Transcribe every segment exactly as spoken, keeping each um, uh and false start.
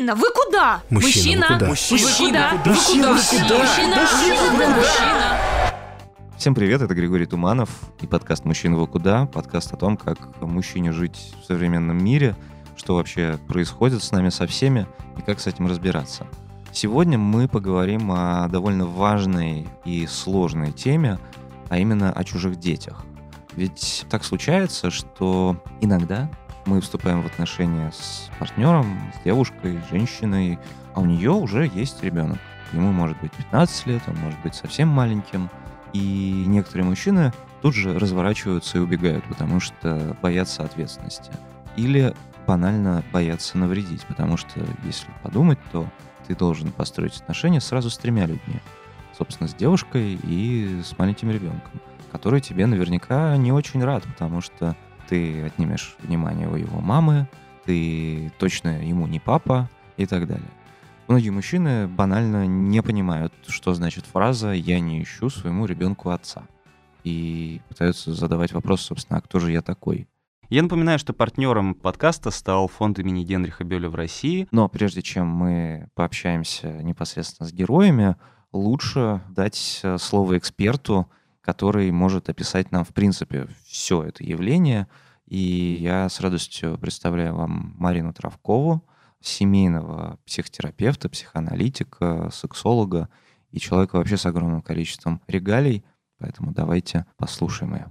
Мужчина, вы куда? Мужчина, вы куда? Мужчина, вы куда? Мужчина, вы куда? Мужчина, вы куда? Всем привет, это Григорий Туманов и подкаст «Мужчина, вы куда?». Подкаст о том, как мужчине жить в современном мире, что вообще происходит с нами со всеми и как с этим разбираться. Сегодня мы поговорим о довольно важной и сложной теме, а именно о чужих детях. Ведь так случается, что иногда мы вступаем в отношения с партнером, с девушкой, с женщиной, а у нее уже есть ребенок. Ему может быть пятнадцать лет, он может быть совсем маленьким. И некоторые мужчины тут же разворачиваются и убегают, потому что боятся ответственности. Или банально боятся навредить, потому что, если подумать, то ты должен построить отношения сразу с тремя людьми. Собственно, с девушкой и с маленьким ребенком, который тебе наверняка не очень рад, потому что ты отнимешь внимание у его мамы, ты точно ему не папа и так далее. Многие мужчины банально не понимают, что значит фраза «я не ищу своему ребенку отца». И пытаются задавать вопрос, собственно, а кто же я такой? Я напоминаю, что партнером подкаста стал фонд имени Генриха Бёля в России. Но прежде чем мы пообщаемся непосредственно с героями, лучше дать слово эксперту, который может описать нам, в принципе, все это явление. И я с радостью представляю вам Марину Травкову, семейного психотерапевта, психоаналитика, сексолога и человека вообще с огромным количеством регалий. Поэтому давайте послушаем ее.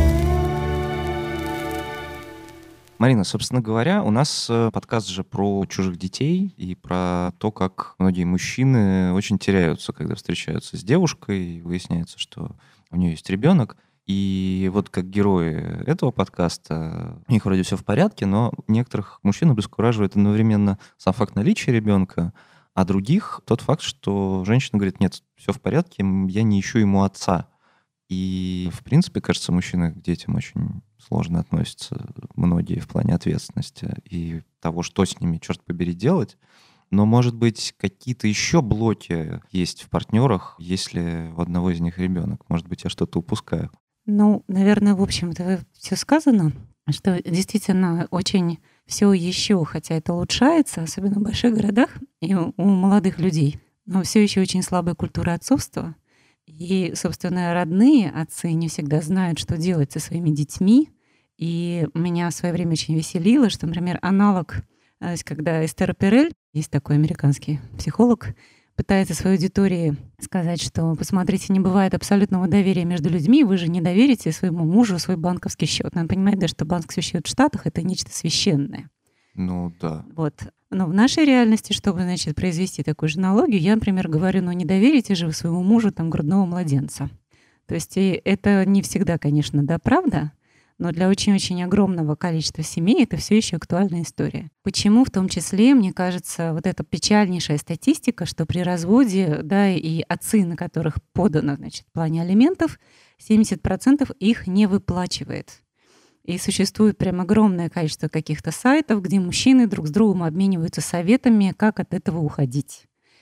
Марина, собственно говоря, у нас подкаст же про чужих детей и про то, как многие мужчины очень теряются, когда встречаются с девушкой, и выясняется, что у нее есть ребенок. И вот как герои этого подкаста, у них вроде все в порядке, но некоторых мужчин обескураживает одновременно сам факт наличия ребенка, а других тот факт, что женщина говорит: нет, все в порядке, я не ищу ему отца. И, в принципе, кажется, мужчины к детям очень сложно относятся, многие, в плане ответственности и того, что с ними, черт побери, делать. Но, может быть, какие-то еще блоки есть в партнерах, если у одного из них ребенок. Может быть, я что-то упускаю. Ну, наверное, в общем-то, все сказано, что действительно очень все еще, хотя это улучшается, особенно в больших городах и у молодых людей, но все еще очень слабая культура отцовства. И, собственно, родные отцы не всегда знают, что делать со своими детьми. И меня в свое время очень веселило, что, например, аналог, когда Эстер Перель, есть такой американский психолог, пытается своей аудитории сказать, что, посмотрите, не бывает абсолютного доверия между людьми, вы же не доверите своему мужу свой банковский счет. Надо понимать, да, что банковский счет в Штатах — это нечто священное. Ну да. Вот. Но в нашей реальности, чтобы, значит, произвести такую же аналогию, я, например, говорю: ну не доверите же вы своему мужу там грудного младенца. То есть и это не всегда, конечно, да, правда, но для очень-очень огромного количества семей это все еще актуальная история. Почему в том числе, мне кажется, вот эта печальнейшая статистика, что при разводе, да, и отцы, на которых подано, значит, в плане алиментов, семьдесят процентов их не выплачивает. И существует прям огромное количество каких-то сайтов, где мужчины друг с другом обмениваются советами, как от этого уходить.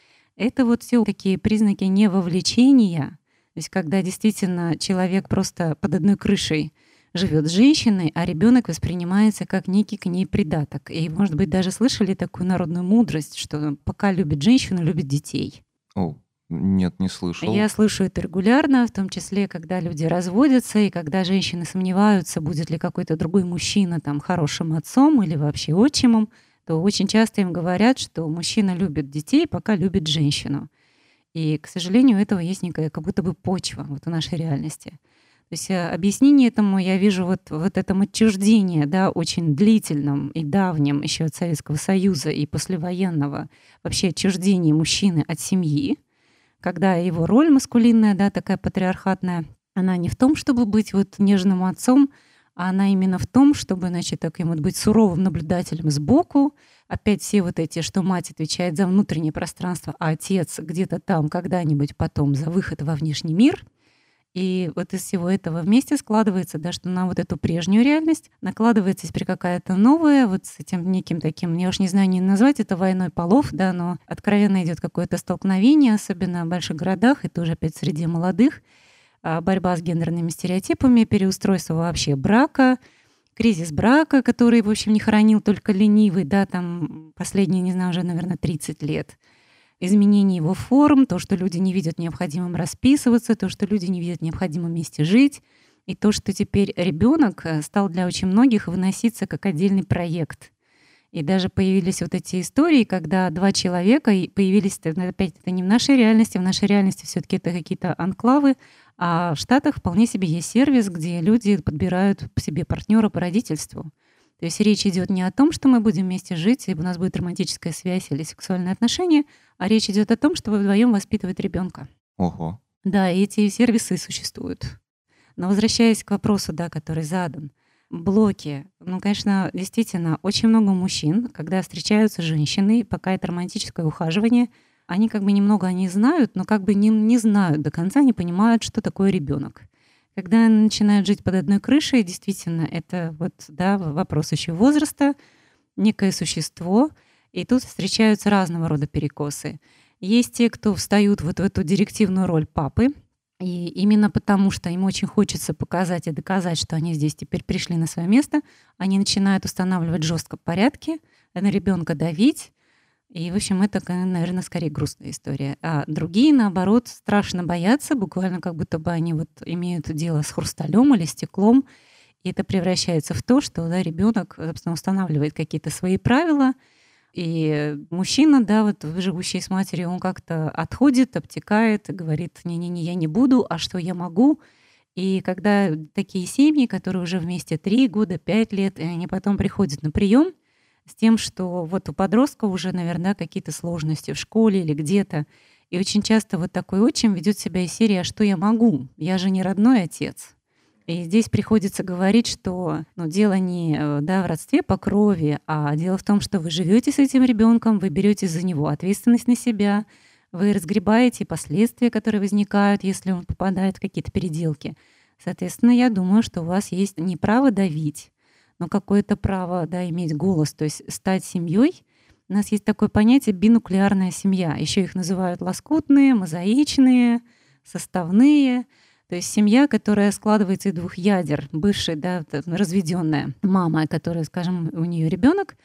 Это вот все такие признаки невовлечения, то есть когда действительно человек просто под одной крышей живет с женщиной, а ребенок воспринимается как некий к ней придаток. И, может быть, даже слышали такую народную мудрость, что пока любит женщину, любит детей. О, нет, не слышал. Я слышу это регулярно, в том числе, когда люди разводятся, и когда женщины сомневаются, будет ли какой-то другой мужчина там хорошим отцом или вообще отчимом, то очень часто им говорят, что мужчина любит детей, пока любит женщину. И, к сожалению, у этого есть некая как будто бы почва вот в нашей реальности. То есть объяснение этому я вижу вот в вот этом отчуждении, да, очень длительном и давнем еще от Советского Союза и послевоенного вообще отчуждении мужчины от семьи, когда его роль маскулинная, да, такая патриархатная, она не в том, чтобы быть вот нежным отцом, а она именно в том, чтобы, значит, таким вот быть суровым наблюдателем сбоку. Опять все вот эти, что мать отвечает за внутреннее пространство, а отец где-то там когда-нибудь потом за выход во внешний мир. И вот из всего этого вместе складывается, да, что на вот эту прежнюю реальность накладывается теперь какая-то новая, вот с этим неким таким, я уж не знаю, не назвать это войной полов, да, но откровенно идет какое-то столкновение, особенно в больших городах, и тоже опять среди молодых, борьба с гендерными стереотипами, переустройство вообще брака, кризис брака, который, в общем, не хоронил только ленивый, да, там последние, не знаю, уже, наверное, тридцать лет. Изменение его форм, то, что люди не видят необходимым расписываться, то, что люди не видят необходимым вместе жить, и то, что теперь ребенок стал для очень многих выноситься как отдельный проект. И даже появились вот эти истории, когда два человека появились, опять это не в нашей реальности, в нашей реальности все-таки это какие-то анклавы, а в Штатах вполне себе есть сервис, где люди подбирают себе партнера по родительству. То есть речь идет не о том, что мы будем вместе жить, и у нас будет романтическая связь или сексуальные отношения, а речь идет о том, что вы вдвоем воспитываете ребенка. Ого. Да, и эти сервисы существуют. Но возвращаясь к вопросу, да, который задан, блоки. Ну, конечно, действительно, очень много мужчин, когда встречаются женщины, пока это романтическое ухаживание, они как бы немного о ней знают, но как бы не, не знают до конца, не понимают, что такое ребенок. Когда начинают жить под одной крышей, действительно, это вот, да, вопрос еще возраста, некое существо, и тут встречаются разного рода перекосы. Есть те, кто встают вот в эту директивную роль папы, и именно потому, что им очень хочется показать и доказать, что они здесь теперь пришли на свое место, они начинают устанавливать жестко порядки, на ребенка давить. И, в общем, это, наверное, скорее грустная история. А другие, наоборот, страшно боятся, буквально как будто бы они вот имеют дело с хрусталем или стеклом. И это превращается в то, что да, ребенок, собственно, устанавливает какие-то свои правила. И мужчина, да, вот живущий с матерью, он как-то отходит, обтекает и говорит: не-не-не, я не буду, а что я могу? И когда такие семьи, которые уже вместе три года, пять лет, и они потом приходят на прием с тем, что вот у подростка уже, наверное, какие-то сложности в школе или где-то. И очень часто вот такой отчим ведет себя из серии: «А что я могу? Я же не родной отец». И здесь приходится говорить, что ну, дело не да, в родстве по крови, а дело в том, что вы живете с этим ребенком, вы берете за него ответственность на себя, вы разгребаете последствия, которые возникают, если он попадает в какие-то переделки. Соответственно, я думаю, что у вас есть не право давить, но какое-то право да, иметь голос, то есть стать семьей. У нас есть такое понятие бинуклеарная семья. Еще их называют лоскутные, мозаичные, составные. То есть семья, которая складывается из двух ядер, бывшая, да, разведенная мама, которая, скажем, у нее ребенок,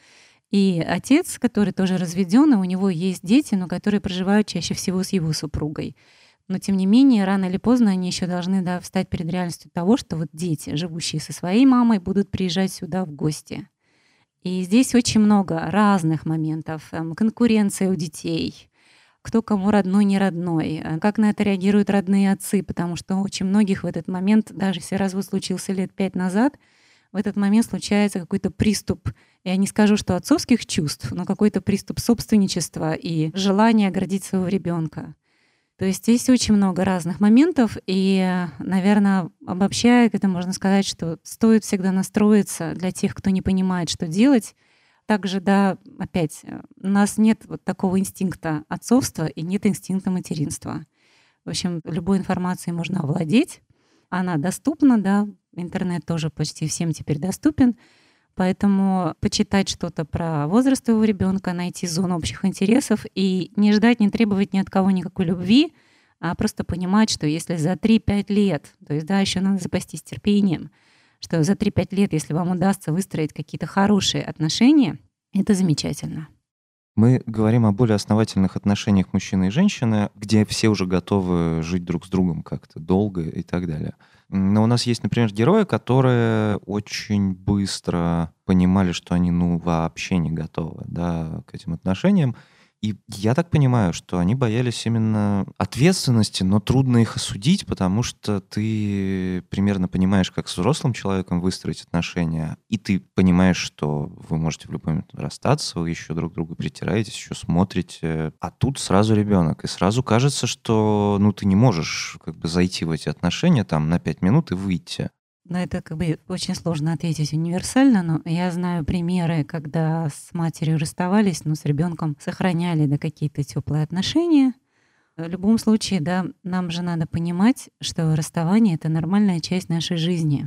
и отец, который тоже разведен, и у него есть дети, но которые проживают чаще всего с его супругой. Но тем не менее, рано или поздно они еще должны да, встать перед реальностью того, что вот дети, живущие со своей мамой, будут приезжать сюда в гости. И здесь очень много разных моментов. Конкуренция у детей, кто кому родной, не родной, как на это реагируют родные отцы, потому что у очень многих в этот момент, даже если развод случился лет пять назад, в этот момент случается какой-то приступ, я не скажу, что отцовских чувств, но какой-то приступ собственничества и желания оградить своего ребенка. То есть здесь очень много разных моментов, и, наверное, обобщая, это можно сказать, что стоит всегда настроиться для тех, кто не понимает, что делать. Также, да, опять, у нас нет вот такого инстинкта отцовства и нет инстинкта материнства. В общем, любой информацией можно овладеть, она доступна, да, интернет тоже почти всем теперь доступен, поэтому почитать что-то про возраст своего ребенка, найти зону общих интересов и не ждать, не требовать ни от кого никакой любви, а просто понимать, что если за три-пять лет, то есть, да, еще надо запастись терпением, что за три-пять лет, если вам удастся выстроить какие-то хорошие отношения, это замечательно. Мы говорим о более основательных отношениях мужчины и женщины, где все уже готовы жить друг с другом как-то долго и так далее. Но у нас есть, например, герои, которые очень быстро понимали, что они ну вообще не готовы да, к этим отношениям. И я так понимаю, что они боялись именно ответственности, но трудно их осудить, потому что ты примерно понимаешь, как с взрослым человеком выстроить отношения, и ты понимаешь, что вы можете в любой момент расстаться, вы еще друг к другу притираетесь, еще смотрите, а тут сразу ребенок, и сразу кажется, что ну ты не можешь как бы зайти в эти отношения там на пять минут и выйти. На это как бы очень сложно ответить универсально, но я знаю примеры, когда с матерью расставались, но с ребенком сохраняли да, какие-то теплые отношения. В любом случае, да, нам же надо понимать, что расставание — это нормальная часть нашей жизни.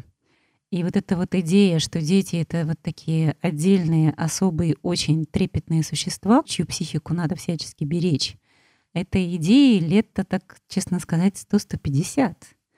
И вот эта вот идея, что дети — это вот такие отдельные, особые, очень трепетные существа, чью психику надо всячески беречь, этой идеи лет-то, так честно сказать, сто - сто пятьдесят.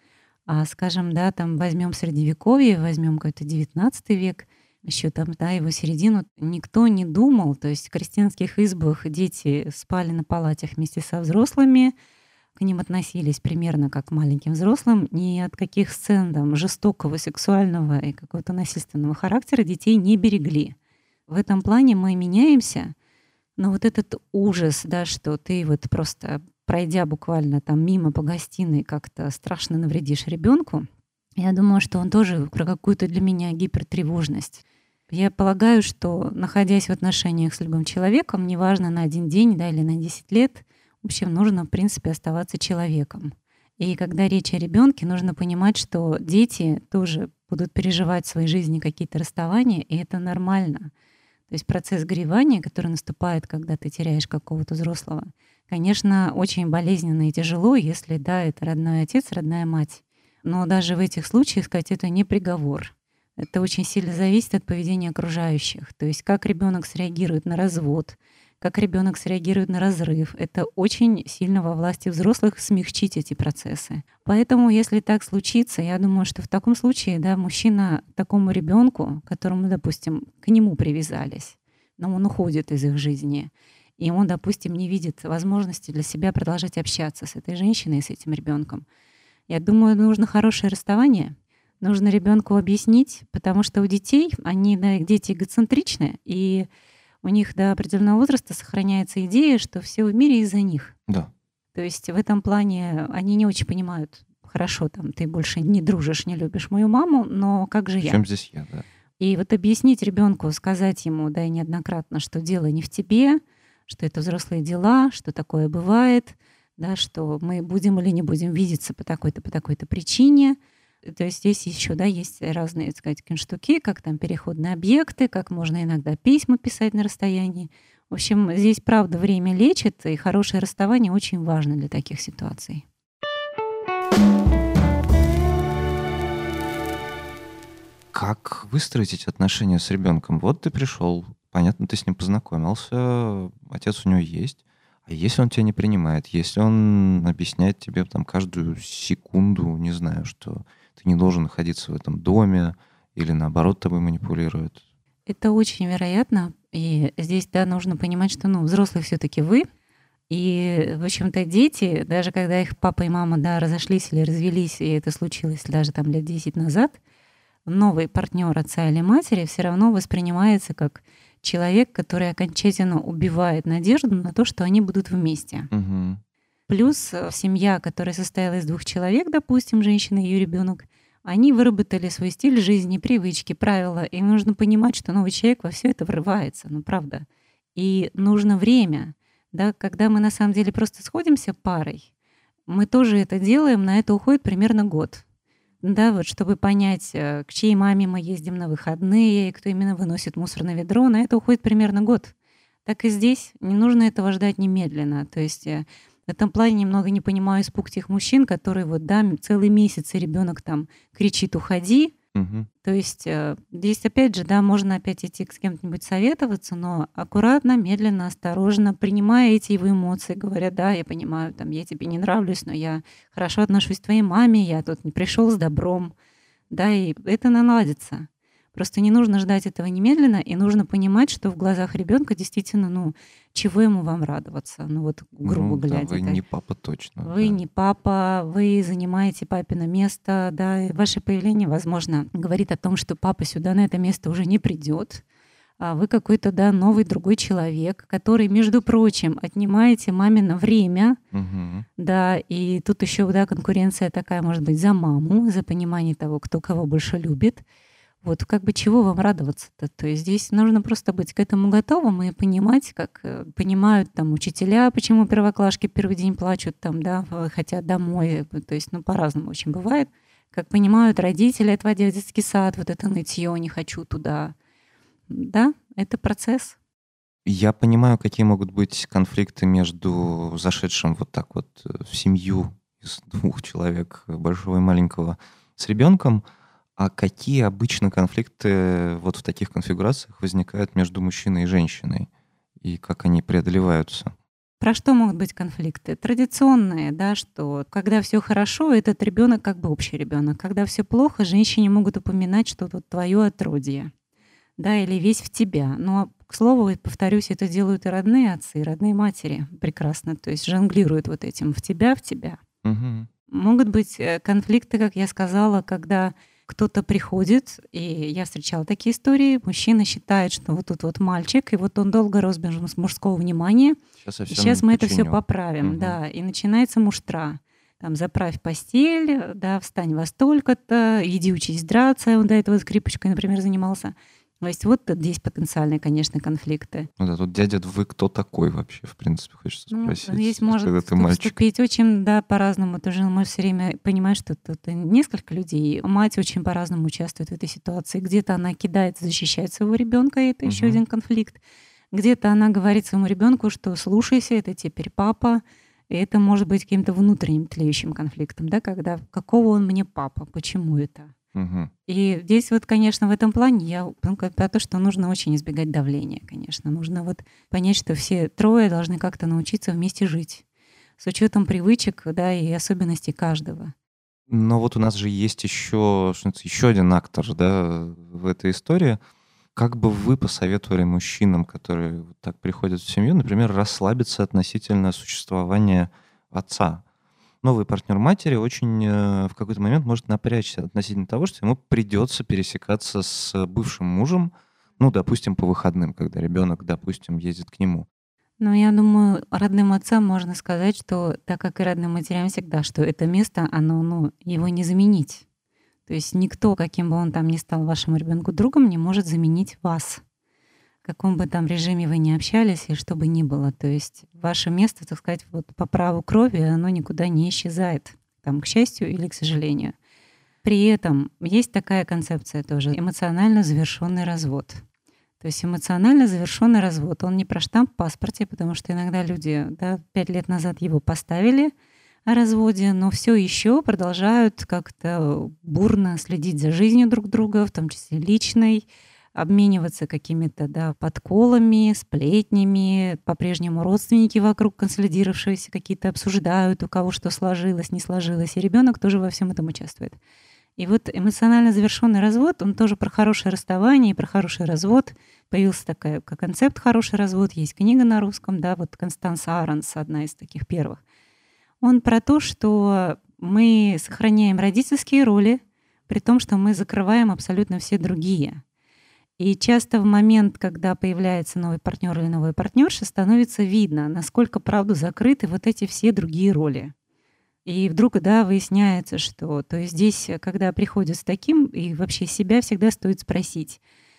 А, скажем, да, там возьмем Средневековье, возьмем какой-то девятнадцатый век, еще там, да, его середину, никто не думал, то есть в крестьянских избах дети спали на палатях вместе со взрослыми, к ним относились примерно как к маленьким взрослым, ни от каких сцен там жестокого, сексуального и какого-то насильственного характера детей не берегли. В этом плане мы меняемся, но вот этот ужас, да, что ты вот просто, пройдя буквально там мимо по гостиной, как-то страшно навредишь ребенку, я думаю, что он тоже про какую-то для меня гипертревожность. Я полагаю, что, находясь в отношениях с любым человеком, неважно на один день, да, или на десять лет, в общем, нужно, в принципе, оставаться человеком. И когда речь о ребенке, нужно понимать, что дети тоже будут переживать в своей жизни какие-то расставания, и это нормально. То есть процесс горевания, который наступает, когда ты теряешь какого-то взрослого, конечно, очень болезненно и тяжело, если, да, это родной отец, родная мать. Но даже в этих случаях, сказать, это не приговор. Это очень сильно зависит от поведения окружающих. То есть как ребенок среагирует на развод, как ребенок среагирует на разрыв. Это очень сильно во власти взрослых смягчить эти процессы. Поэтому, если так случится, я думаю, что в таком случае, да, мужчина такому ребенку, которому, допустим, к нему привязались, но он уходит из их жизни, и он, допустим, не видит возможности для себя продолжать общаться с этой женщиной, с этим ребенком. Я думаю, нужно хорошее расставание. Нужно ребенку объяснить, потому что у детей, они, да, дети эгоцентричны, и у них до определенного возраста сохраняется идея, что все в мире из-за них. Да. То есть в этом плане они не очень понимают, хорошо, там, ты больше не дружишь, не любишь мою маму, но как же В я? чем здесь я, да? И вот объяснить ребенку, сказать ему, да, и неоднократно, что дело не в тебе, что это взрослые дела, что такое бывает, да, что мы будем или не будем видеться по такой-то, по такой-то причине. То есть здесь еще, да, есть разные, так сказать, штуки, как там переходные объекты, как можно иногда письма писать на расстоянии. В общем, здесь, правда, время лечит, и хорошее расставание очень важно для таких ситуаций. Как выстроить эти отношения с ребенком? Вот ты пришел, понятно, ты с ним познакомился, отец у него есть. А если он тебя не принимает, если он объясняет тебе там каждую секунду, не знаю, что ты не должен находиться в этом доме, или наоборот тобой манипулирует? Это очень вероятно. И здесь, да, нужно понимать, что, ну, взрослые все-таки вы. И, в общем-то, дети, даже когда их папа и мама, да, разошлись или развелись, и это случилось даже там лет десять назад, новый партнер отца или матери все равно воспринимается как человек, который окончательно убивает надежду на то, что они будут вместе. Угу. Плюс семья, которая состояла из двух человек, допустим, женщина и ее ребенок, они выработали свой стиль жизни, привычки, правила. И нужно понимать, что новый человек во все это врывается, ну правда. И нужно время, да, когда мы на самом деле просто сходимся парой, мы тоже это делаем, на это уходит примерно год. Да, вот чтобы понять, к чьей маме мы ездим на выходные, кто именно выносит мусор на ведро, на это уходит примерно год. Так и здесь не нужно этого ждать немедленно. То есть в этом плане немного не понимаю испуг тех мужчин, которые вот, да, целый месяц, и ребенок там кричит «уходи». Угу. То есть здесь опять же, да, можно опять идти с кем-нибудь советоваться, но аккуратно, медленно, осторожно, принимая эти его эмоции, говоря: да, я понимаю, там, я тебе не нравлюсь, но я хорошо отношусь к твоей маме, я тут не пришел с добром, да, и это наладится. Просто не нужно ждать этого немедленно, и нужно понимать, что в глазах ребенка действительно, ну, чего ему вам радоваться, ну вот грубо Ну, да, глядя. вы да. не папа точно. Вы да. не папа, вы занимаете папино место, да, и ваше появление, возможно, говорит о том, что папа сюда на это место уже не придет, а вы какой-то, да, новый другой человек, который, между прочим, отнимаете мамино время, Мгм. да, и тут еще, да, конкуренция такая, может быть, за маму, за понимание того, кто кого больше любит. Вот как бы чего вам радоваться-то? То есть здесь нужно просто быть к этому готовым и понимать, как э, понимают там учителя, почему первоклашки первый день плачут, там, да, в- хотят домой. То есть, ну, по-разному очень бывает. Как понимают родители, отводя в детский сад, вот это нытье, не хочу туда. Да, это процесс. Я понимаю, какие могут быть конфликты между зашедшим вот так вот э, в семью из двух человек, э, большого и маленького, с ребенком. А какие обычно конфликты вот в таких конфигурациях возникают между мужчиной и женщиной? И как они преодолеваются? Про что могут быть конфликты? Традиционные, да, что когда все хорошо, этот ребенок как бы общий ребенок. Когда все плохо, женщине могут упоминать, что вот твое отродье, да, или весь в тебя. Но, к слову, повторюсь, это делают и родные отцы, и родные матери прекрасно. То есть жонглируют вот этим в тебя, в тебя. Мгм. Могут быть э, конфликты, как я сказала, когда кто-то приходит, и я встречала такие истории, мужчина считает, что вот тут вот мальчик, и вот он долго рос без муж- мужского внимания, Сейчас я и все сейчас мы это все починю. поправим, Мгм. да, и начинается муштра. Там заправь постель, да, встань во столько-то, иди учись драться, он до этого скрипочкой, например, занимался. То есть вот здесь потенциальные, конечно, конфликты. Ну да, тут дядя, вы кто такой вообще, в принципе, хочется Ну, спросить. здесь когда может ты мальчик. вступить очень, да, по-разному. Ты же можешь все время понимать, что тут несколько людей. Мать очень по-разному участвует в этой ситуации. Где-то она кидает, защищает своего ребенка, и это еще Мгм. один конфликт. Где-то она говорит своему ребенку, что слушайся, это теперь папа. И это может быть каким-то внутренним тлеющим конфликтом, да, когда какого он мне папа, почему это? Мгм. И здесь вот, конечно, в этом плане я ну, как про то, что нужно очень избегать давления, конечно. Нужно вот понять, что все трое должны как-то научиться вместе жить с учетом привычек, да, и особенностей каждого. Но вот у нас же есть еще, еще один актор, да, в этой истории. Как бы вы посоветовали мужчинам, которые вот так приходят в семью, например, расслабиться относительно существования отца? Новый партнер матери очень э, в какой-то момент может напрячься относительно того, что ему придется пересекаться с бывшим мужем, ну, допустим, по выходным, когда ребенок, допустим, ездит к нему. Но я думаю, родным отцам можно сказать, что так как и родным матерям всегда, что это место, оно, ну, его не заменить. То есть никто, каким бы он там ни стал вашему ребенку другом, не может заменить вас. В каком бы там режиме вы ни общались и что бы ни было. То есть ваше место, так сказать, вот по праву крови, оно никуда не исчезает. Там, к счастью или к сожалению. При этом есть такая концепция тоже — эмоционально завершенный развод. То есть эмоционально завершенный развод, он не про штамп в паспорте, потому что иногда люди, да, пять лет назад его поставили о разводе, но все еще продолжают как-то бурно следить за жизнью друг друга, в том числе личной, обмениваться какими-то, да, подколами, сплетнями, по-прежнему родственники вокруг консолидировавшиеся какие-то обсуждают, у кого что сложилось, не сложилось, и ребенок тоже во всем этом участвует. И вот эмоционально завершенный развод, он тоже про хорошее расставание и про хороший развод. Появился такой как концепт «хороший развод», есть книга на русском, да, вот Констанс Аронс, одна из таких первых. Он про то, что мы сохраняем родительские роли, при том, что мы закрываем абсолютно все другие. И часто в момент, когда появляется новый партнер или новая партнерша, становится видно, насколько, правда, закрыты вот эти все другие роли. И вдруг, да, выясняется, что то есть здесь, когда приходят с таким, и вообще себя всегда стоит спросить.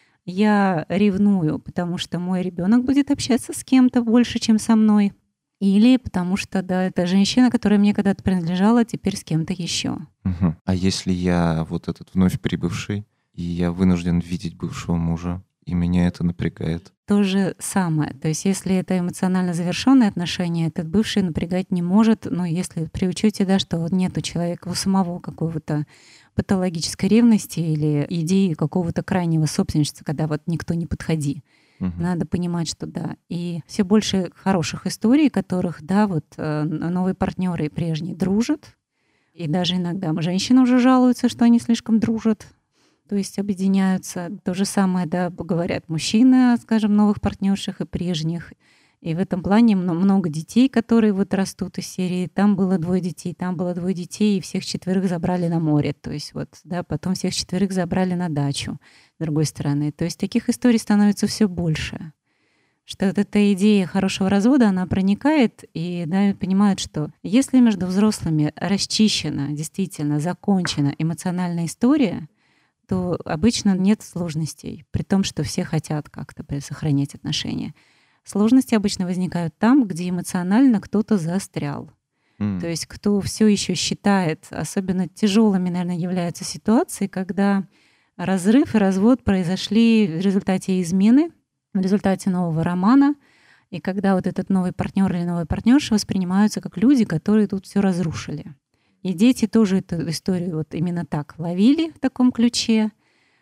Я ревную, потому что мой ребенок будет общаться с кем-то больше, чем со мной, или потому что, да, это женщина, которая мне когда-то принадлежала, теперь с кем-то еще. Мгм. А если я вот этот вновь прибывший, и я вынужден видеть бывшего мужа, и меня это напрягает? То же самое. То есть если это эмоционально завершенные отношения, этот бывший напрягать не может, но если при учете, да, что вот нет у человека у самого какого-то патологической ревности или идеи какого-то крайнего собственничества, когда вот никто не подходи. Мгм. Надо понимать, что да. И все больше хороших историй, которых, да, вот э, новые партнеры и прежние дружат. И даже иногда женщины уже жалуются, что они слишком дружат, то есть объединяются. То же самое, да, говорят мужчины, скажем, новых партнерших и прежних. И в этом плане мно- много детей, которые вот растут из серии. Там было двое детей, там было двое детей, и всех четверых забрали на море. То есть вот, да, потом всех четверых забрали на дачу, с другой стороны. То есть таких историй становится все больше. Что вот эта идея хорошего развода, она проникает, и, да, понимают, что если между взрослыми расчищена, действительно закончена эмоциональная история, то обычно нет сложностей, при том, что все хотят как-то при- сохранять отношения. Сложности обычно возникают там, где эмоционально кто-то застрял. М. То есть кто все еще считает, особенно тяжелыми, наверное, являются ситуации, когда разрыв и развод произошли в результате измены, в результате нового романа, и когда вот этот новый партнер или новая партнерша воспринимаются как люди, которые тут все разрушили. И дети тоже эту историю вот именно так ловили в таком ключе.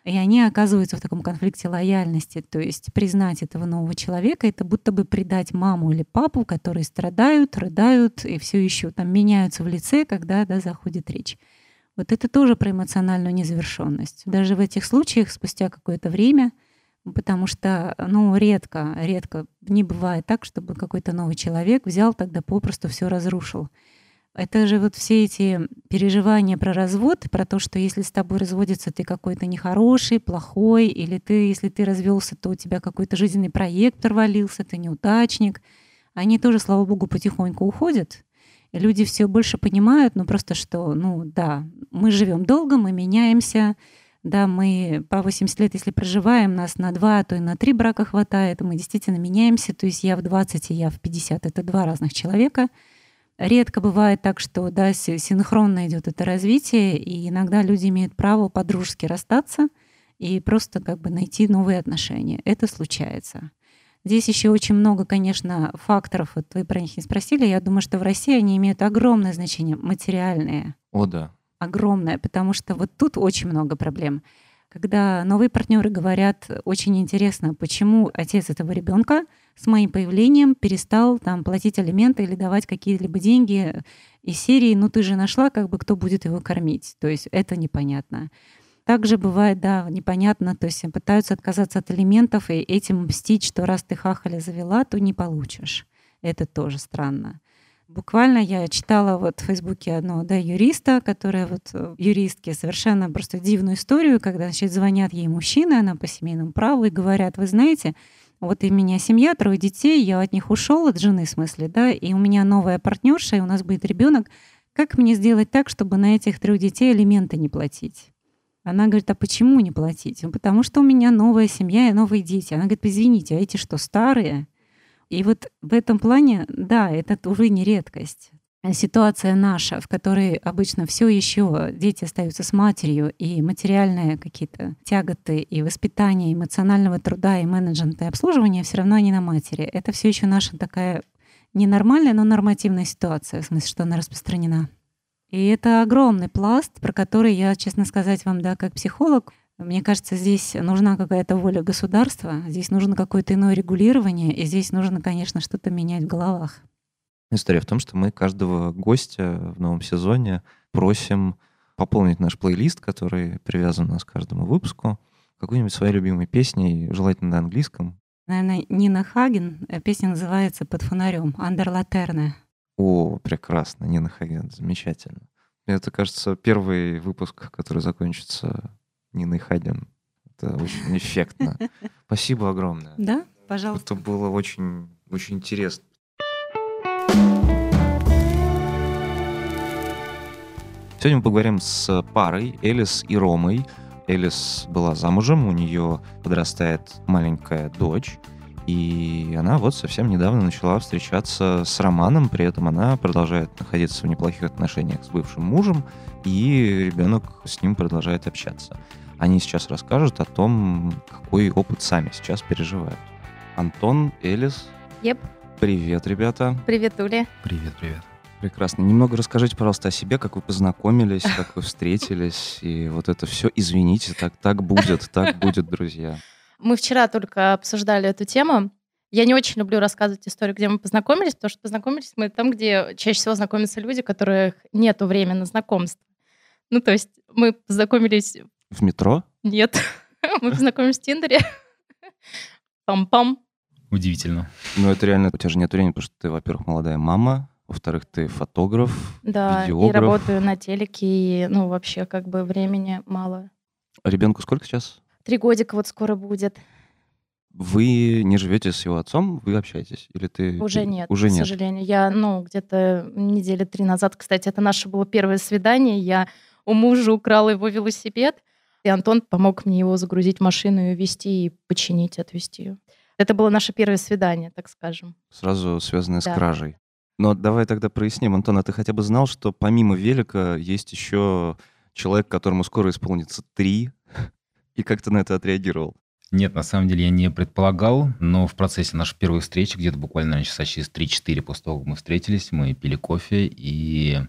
И они оказываются в таком конфликте лояльности. То есть признать этого нового человека — это будто бы предать маму или папу, которые страдают, рыдают и все еще там меняются в лице, когда, да, заходит речь. Вот это тоже про эмоциональную незавершенность. Даже в этих случаях спустя какое-то время, потому что, ну, редко, редко не бывает так, чтобы какой-то новый человек взял тогда попросту все разрушил. Это же вот все эти переживания про развод, про то, что если с тобой разводится, ты какой-то нехороший, плохой, или ты, если ты развелся, то у тебя какой-то жизненный проект провалился, ты неудачник. Они тоже, слава богу, потихоньку уходят. И люди все больше понимают, ну просто что, ну да, мы живем долго, мы меняемся, да, мы по восемьдесят лет, если проживаем, нас на два, а то и на три брака хватает, мы действительно меняемся. То есть я в двадцать, и я в пятьдесят — это два разных человека. Редко бывает так, что, да, синхронно идет это развитие, и иногда люди имеют право по-дружески расстаться и просто как бы найти новые отношения. Это случается. Здесь еще очень много, конечно, факторов. Вот вы про них не спросили. Я думаю, что в России они имеют огромное значение, материальное. О, да. Огромное, потому что вот тут очень много проблем. Когда новые партнеры говорят, очень интересно, почему отец этого ребенка с моим появлением перестал там платить алименты или давать какие-либо деньги из серии «ну ты же нашла, как бы кто будет его кормить». То есть это непонятно. Также бывает, да, непонятно, то есть пытаются отказаться от алиментов и этим мстить, что раз ты хахаля завела, то не получишь. Это тоже странно. Буквально я читала вот в Фейсбуке одного, да, юриста, которая вот юристки, совершенно просто дивную историю, когда, значит, звонят ей мужчины, она по семейному праву, и говорят: вы знаете, вот у меня семья, трое детей, я от них ушел, от жены в смысле, да, и у меня новая партнерша, и у нас будет ребенок. Как мне сделать так, чтобы на этих трех детей алименты не платить? Она говорит: а почему не платить? Ну, потому что у меня новая семья и новые дети. Она говорит: извините, а эти что, старые? И вот в этом плане, да, это уже не редкость. Ситуация наша, в которой обычно все еще дети остаются с матерью, и материальные какие-то тяготы и воспитание эмоционального труда и менеджмента и обслуживания все равно не на матери. Это все еще наша такая ненормальная, но нормативная ситуация, в смысле, что она распространена. И это огромный пласт, про который я, честно сказать вам, да, как психолог, мне кажется, здесь нужна какая-то воля государства, здесь нужно какое-то иное регулирование, и здесь нужно, конечно, что-то менять в головах. История в том, что мы каждого гостя в новом сезоне просим пополнить наш плейлист, который привязан у нас к каждому выпуску, какой-нибудь своей любимой песней, желательно на английском. Наверное, Нина Хаген, песня называется «Под фонарем», «Under Laterne». О, прекрасно, Нина Хаген, замечательно. Это, кажется, первый выпуск, который закончится Ниной Хаген. Это очень эффектно. Спасибо огромное. Да, пожалуйста. Это было очень, очень интересно. Сегодня мы поговорим с парой Элис и Ромой. Элис была замужем, у нее подрастает маленькая дочь, и она вот совсем недавно начала встречаться с Романом, при этом она продолжает находиться в неплохих отношениях с бывшим мужем, и ребенок с ним продолжает общаться. Они сейчас расскажут о том, какой опыт сами сейчас переживают. Антон, Элис. Еп. Привет, ребята. Привет, Уля. Привет, привет. Прекрасно. Немного расскажите, пожалуйста, о себе, как вы познакомились, как вы встретились, и вот это все. Извините, так, так будет, так будет, друзья. Мы вчера только обсуждали эту тему. Я не очень люблю рассказывать историю, где мы познакомились, потому что познакомились мы там, где чаще всего знакомятся люди, у которых нету времени на знакомство. Ну, то есть мы познакомились... В метро? Нет. Мы познакомились в Тиндере. Пам-пам. Удивительно. Ну, это реально, у тебя же нет времени, потому что ты, во-первых, молодая мама, во-вторых, ты фотограф, Да, видеограф. и работаю на телеке, и, ну, вообще, как бы, времени мало. А ребенку сколько сейчас? Три годика вот скоро будет. Вы не живете с его отцом, вы общаетесь? Или ты... Уже ты- нет, Уже к нет. сожалению. Я, ну, где-то недели три назад, кстати, это наше было первое свидание, я у мужа украла его велосипед, и Антон помог мне его загрузить в машину и везти, и починить, отвезти. Это было наше первое свидание, так скажем. Сразу связанное с Да. кражей. Но давай тогда проясним. Антон, а ты хотя бы знал, что помимо велика есть еще человек, которому скоро исполнится три? И как ты на это отреагировал? Нет, на самом деле я не предполагал, но в процессе нашей первой встречи, где-то буквально наверное, часа через три-четыре после того, как мы встретились, мы пили кофе, и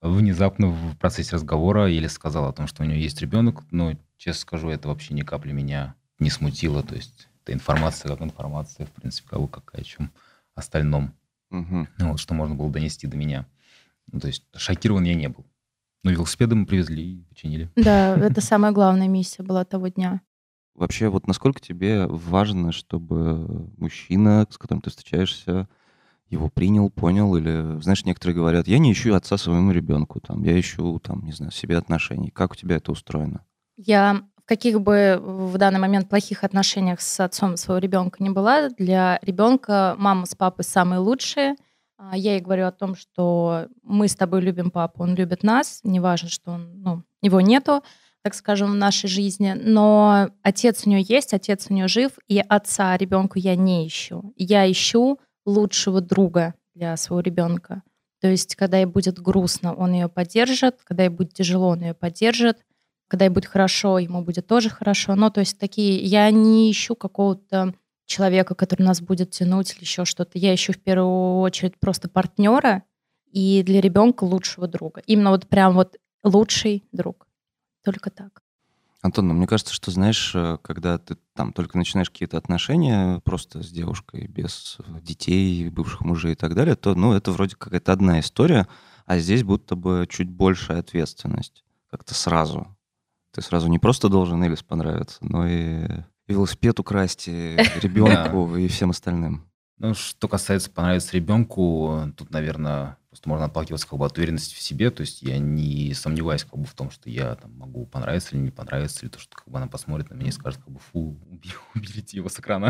внезапно в процессе разговора Еля сказала о том, что у нее есть ребенок, но, честно скажу, это вообще ни капли меня не смутило. То есть это информация как информация, в принципе, кого как о чем остальном. Мгм. Ну, вот, что можно было донести до меня. Ну, то есть шокирован я не был. Но велосипеды мы привезли и починили. Да, это самая главная миссия была того дня. Вообще, вот насколько тебе важно, чтобы мужчина, с которым ты встречаешься, его принял, понял? Или, знаешь, некоторые говорят, я не ищу отца своему ребенку, там, я ищу, там, не знаю, себе отношений. Как у тебя это устроено? Я в каких бы в данный момент плохих отношениях с отцом своего ребенка не была, для ребенка мама с папой самые лучшие. А, Я ей говорю о том, что мы с тобой любим папу, он любит нас, неважно, что он, ну, его нету, так скажем, в нашей жизни, но отец у нее есть, отец у нее жив, и отца ребенку я не ищу. Я ищу лучшего друга для своего ребенка. То есть, когда ей будет грустно, он ее поддержит, когда ей будет тяжело, он ее поддержит, когда ей будет хорошо, ему будет тоже хорошо. Ну, то есть такие, я не ищу какого-то человека, который нас будет тянуть или еще что-то. Я ищу в первую очередь просто партнера и для ребенка лучшего друга. Именно вот прям вот лучший друг. Только так. Антон, ну, мне кажется, что, знаешь, э, когда ты там только начинаешь какие-то отношения просто с девушкой, без э, детей, бывших мужей и так далее, то, ну, это вроде какая-то одна история, а здесь будто бы чуть большая ответственность. Как-то сразу. Ты сразу не просто должен Элис понравиться, но и велосипед украсть, и ребенку, и всем остальным. Ну, что касается понравиться ребенку, тут, наверное, просто можно отталкиваться как бы от уверенности в себе. То есть я не сомневаюсь как бы в том, что я там могу понравиться или не понравиться, или то, что как бы она посмотрит на меня и скажет, как бы, фу, уби- уберите его с экрана.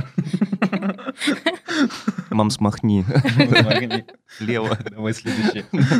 Мам, смахни. Смахни. Лево. Давай следующий.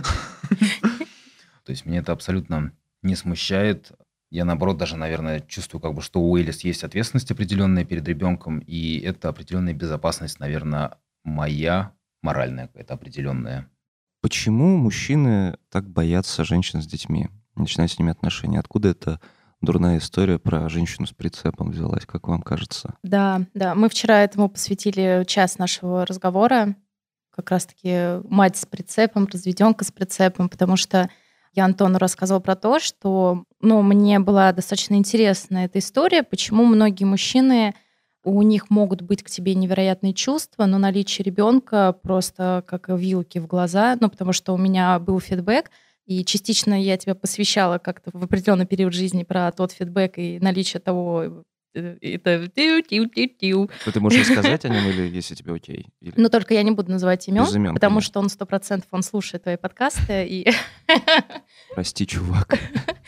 То есть меня это абсолютно не смущает. Я, наоборот, даже, наверное, чувствую, как бы, что у Элис есть ответственность определенная перед ребенком, и это определенная безопасность, наверное, моя, моральная какая-то определенная. Почему мужчины так боятся женщин с детьми, начинать с ними отношения? Откуда эта дурная история про женщину с прицепом взялась, как вам кажется? Да, да. Мы вчера этому посвятили час нашего разговора. Как раз-таки мать с прицепом, разведенка с прицепом, потому что я Антону рассказывала про то, что ну, мне была достаточно интересна эта история, почему многие мужчины, у них могут быть к тебе невероятные чувства, но наличие ребенка просто как вилки в глаза, ну, потому что у меня был фидбэк, и частично я тебя посвящала как-то в определенный период жизни про тот фидбэк и наличие того, э, это тю-тю-тю-тю. Что ты можешь рассказать о нем, или если тебе окей? Или Но только я не буду называть имен, без имен, потому конечно. что он сто процентов он слушает твои подкасты. И Прости, чувак.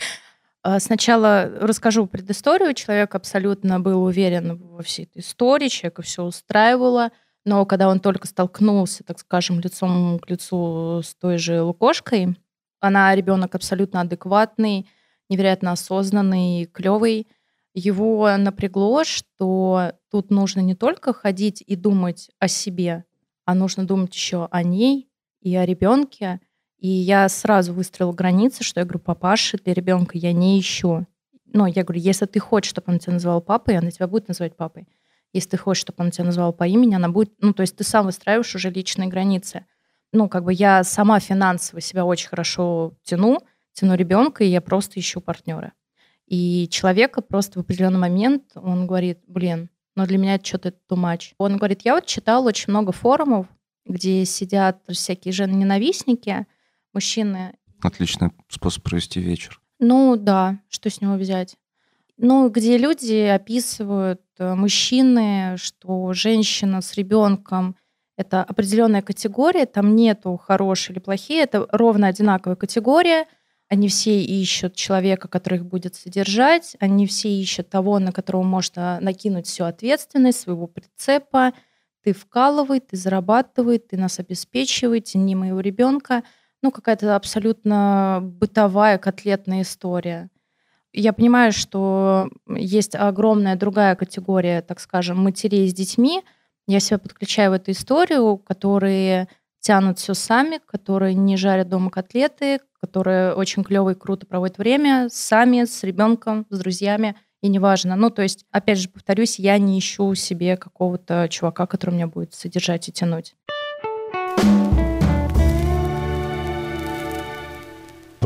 А, сначала расскажу предысторию. Человек абсолютно был уверен во всей этой истории, человека все устраивало. Но когда он только столкнулся, так скажем, лицом к лицу с той же Лукошкой, она ребенок абсолютно адекватный, невероятно осознанный, клевый. Его напрягло, что тут нужно не только ходить и думать о себе, а нужно думать еще о ней и о ребенке. И я сразу выстроила границы, что я говорю, папаши для ребенка я не ищу. Ну, я говорю, если ты хочешь, чтобы он тебя называл папой, она тебя будет называть папой. Если ты хочешь, чтобы он тебя называл по имени, она будет... Ну, то есть ты сам выстраиваешь уже личные границы. Ну, как бы я сама финансово себя очень хорошо тяну, тяну ребенка, и я просто ищу партнера. И человека просто в определенный момент он говорит, блин, ну для меня это что-то too much. Он говорит, я вот читал очень много форумов, где сидят всякие жены-ненавистники, мужчины. Отличный способ провести вечер. Ну да, что с него взять? Ну, где люди описывают, э, мужчины, что женщина с ребенком это определенная категория, там нету хорошие или плохие, это ровно одинаковая категория. Они все ищут человека, который их будет содержать, они все ищут того, на которого можно накинуть всю ответственность, своего прицепа. Ты вкалывай, ты зарабатывай, ты нас обеспечивай, тяни моего ребенка. Ну, какая-то абсолютно бытовая котлетная история. Я понимаю, что есть огромная другая категория, так скажем, матерей с детьми. Я себя подключаю в эту историю, которые тянут все сами, которые не жарят дома котлеты, которые очень клево и круто проводят время сами, с ребенком, с друзьями, и неважно. Ну, то есть, опять же, повторюсь, я не ищу себе какого-то чувака, который меня будет содержать и тянуть.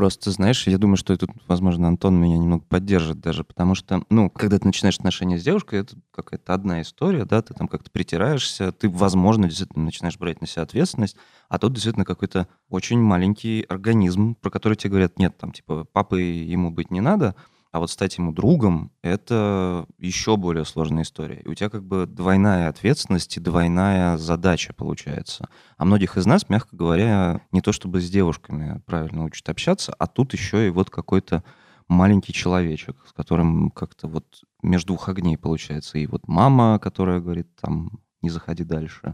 Просто, знаешь, я думаю, что тут, возможно, Антон меня немного поддержит даже, потому что, ну, когда ты начинаешь отношения с девушкой, это какая-то одна история, да, ты там как-то притираешься, ты, возможно, действительно начинаешь брать на себя ответственность, а тут действительно какой-то очень маленький организм, про который тебе говорят, нет, там, типа, папой ему быть не надо, а вот стать ему другом — это еще более сложная история. И у тебя как бы двойная ответственность и двойная задача получается. А многих из нас, мягко говоря, не то чтобы с девушками правильно учат общаться, а тут еще и вот какой-то маленький человечек, с которым как-то вот между двух огней получается. И вот мама, которая говорит, там, не заходи дальше,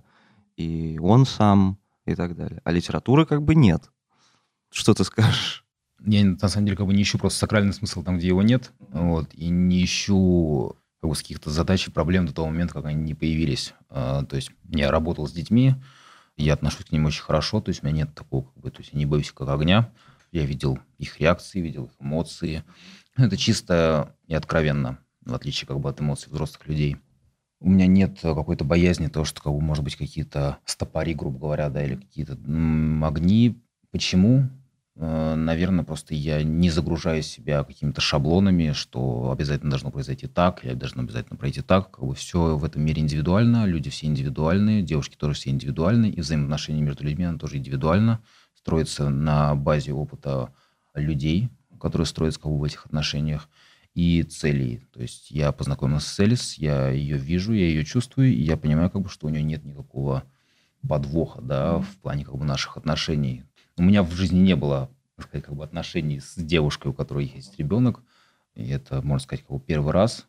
и он сам, и так далее. А литературы как бы нет. Что ты скажешь? Я на самом деле как бы не ищу просто сакральный смысл там, где его нет, вот, и не ищу как бы с каких-то задач и проблем до того момента, как они не появились. А, то есть я работал с детьми, я отношусь к ним очень хорошо, то есть у меня нет такого, как бы, то есть я не боюсь как огня, я видел их реакции, видел их эмоции. Это чисто и откровенно, в отличие как бы от эмоций взрослых людей. У меня нет какой-то боязни того, что как бы, может быть, какие-то стопори, грубо говоря, да, или какие-то м, огни. Почему? Наверное, просто я не загружаю себя какими-то шаблонами, что обязательно должно произойти так, или должно обязательно пройти так. Как бы все в этом мире индивидуально, люди все индивидуальные, девушки тоже все индивидуальны, и взаимоотношения между людьми, оно тоже индивидуально, строится на базе опыта людей, которые строятся как бы в этих отношениях, и целей. То есть я познакомился с Элис, я ее вижу, я ее чувствую, и я понимаю, как бы, что у нее нет никакого подвоха, да, в плане как бы наших отношений. У меня в жизни не было, так сказать, как бы отношений с девушкой, у которой есть ребенок. И это, можно сказать, как бы первый раз.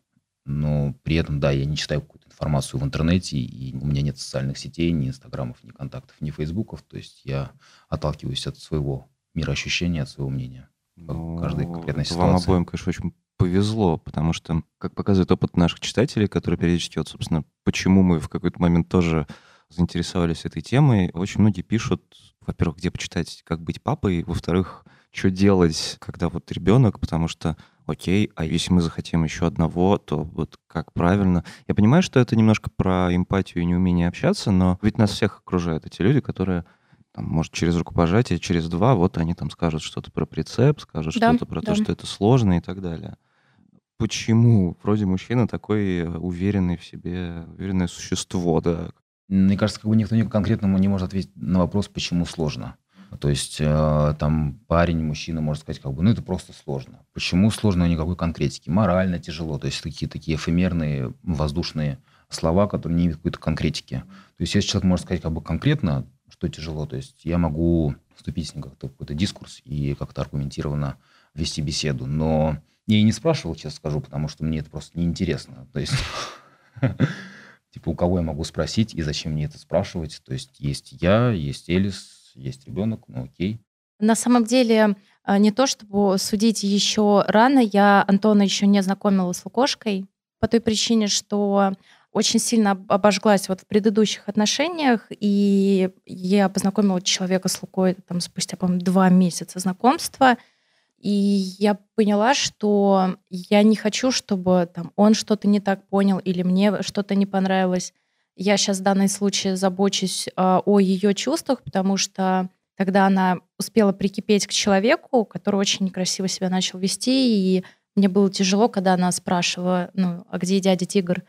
Но при этом, да, я не читаю какую-то информацию в интернете, и у меня нет социальных сетей, ни инстаграмов, ни контактов, ни фейсбуков. То есть я отталкиваюсь от своего мироощущения, от своего мнения. В каждой конкретной ситуации. Вам обоим, конечно, очень повезло, потому что, как показывает опыт наших читателей, которые периодически, вот, собственно, почему мы в какой-то момент тоже заинтересовались этой темой, очень многие пишут, во-первых, где почитать, как быть папой, во-вторых, что делать, когда вот ребенок, потому что, окей, а если мы захотим еще одного, то вот как правильно. Я понимаю, что это немножко про эмпатию и неумение общаться, но ведь нас всех окружают эти люди, которые, там, может, через рукопожатие, через два, вот они там скажут что-то про прицеп, скажут Да, что-то про да. то, что это сложно и так далее. Почему вроде мужчина такой уверенный в себе, уверенное существо, да? Мне кажется, как бы никто конкретно не может ответить на вопрос, почему сложно. То есть э, там парень, мужчина может сказать, как бы, ну это просто сложно. Почему сложно, никакой конкретики. Морально тяжело. То есть такие, такие эфемерные, воздушные слова, которые не имеют какой-то конкретики. То есть если человек может сказать как бы конкретно, что тяжело, то есть я могу вступить с ним как-то в какой-то дискурс и как-то аргументированно вести беседу. Но я и не спрашивал, честно скажу, потому что мне это просто неинтересно. То есть... Типа, у кого я могу спросить и зачем мне это спрашивать? То есть есть я, есть Элис, есть ребенок, ну окей. На самом деле, а, не то чтобы судить еще рано, я Антона еще не знакомила с Лукошкой по той причине, что очень сильно об- обожглась вот в предыдущих отношениях, и я познакомила человека с Лукой там спустя, по-моему, два месяца знакомства, и я поняла, что я не хочу, чтобы там он что-то не так понял или мне что-то не понравилось. Я сейчас в данном случае забочусь а, о ее чувствах, потому что когда она успела прикипеть к человеку, который очень некрасиво себя начал вести, и мне было тяжело, когда она спрашивала, ну, а где дядя Тигр?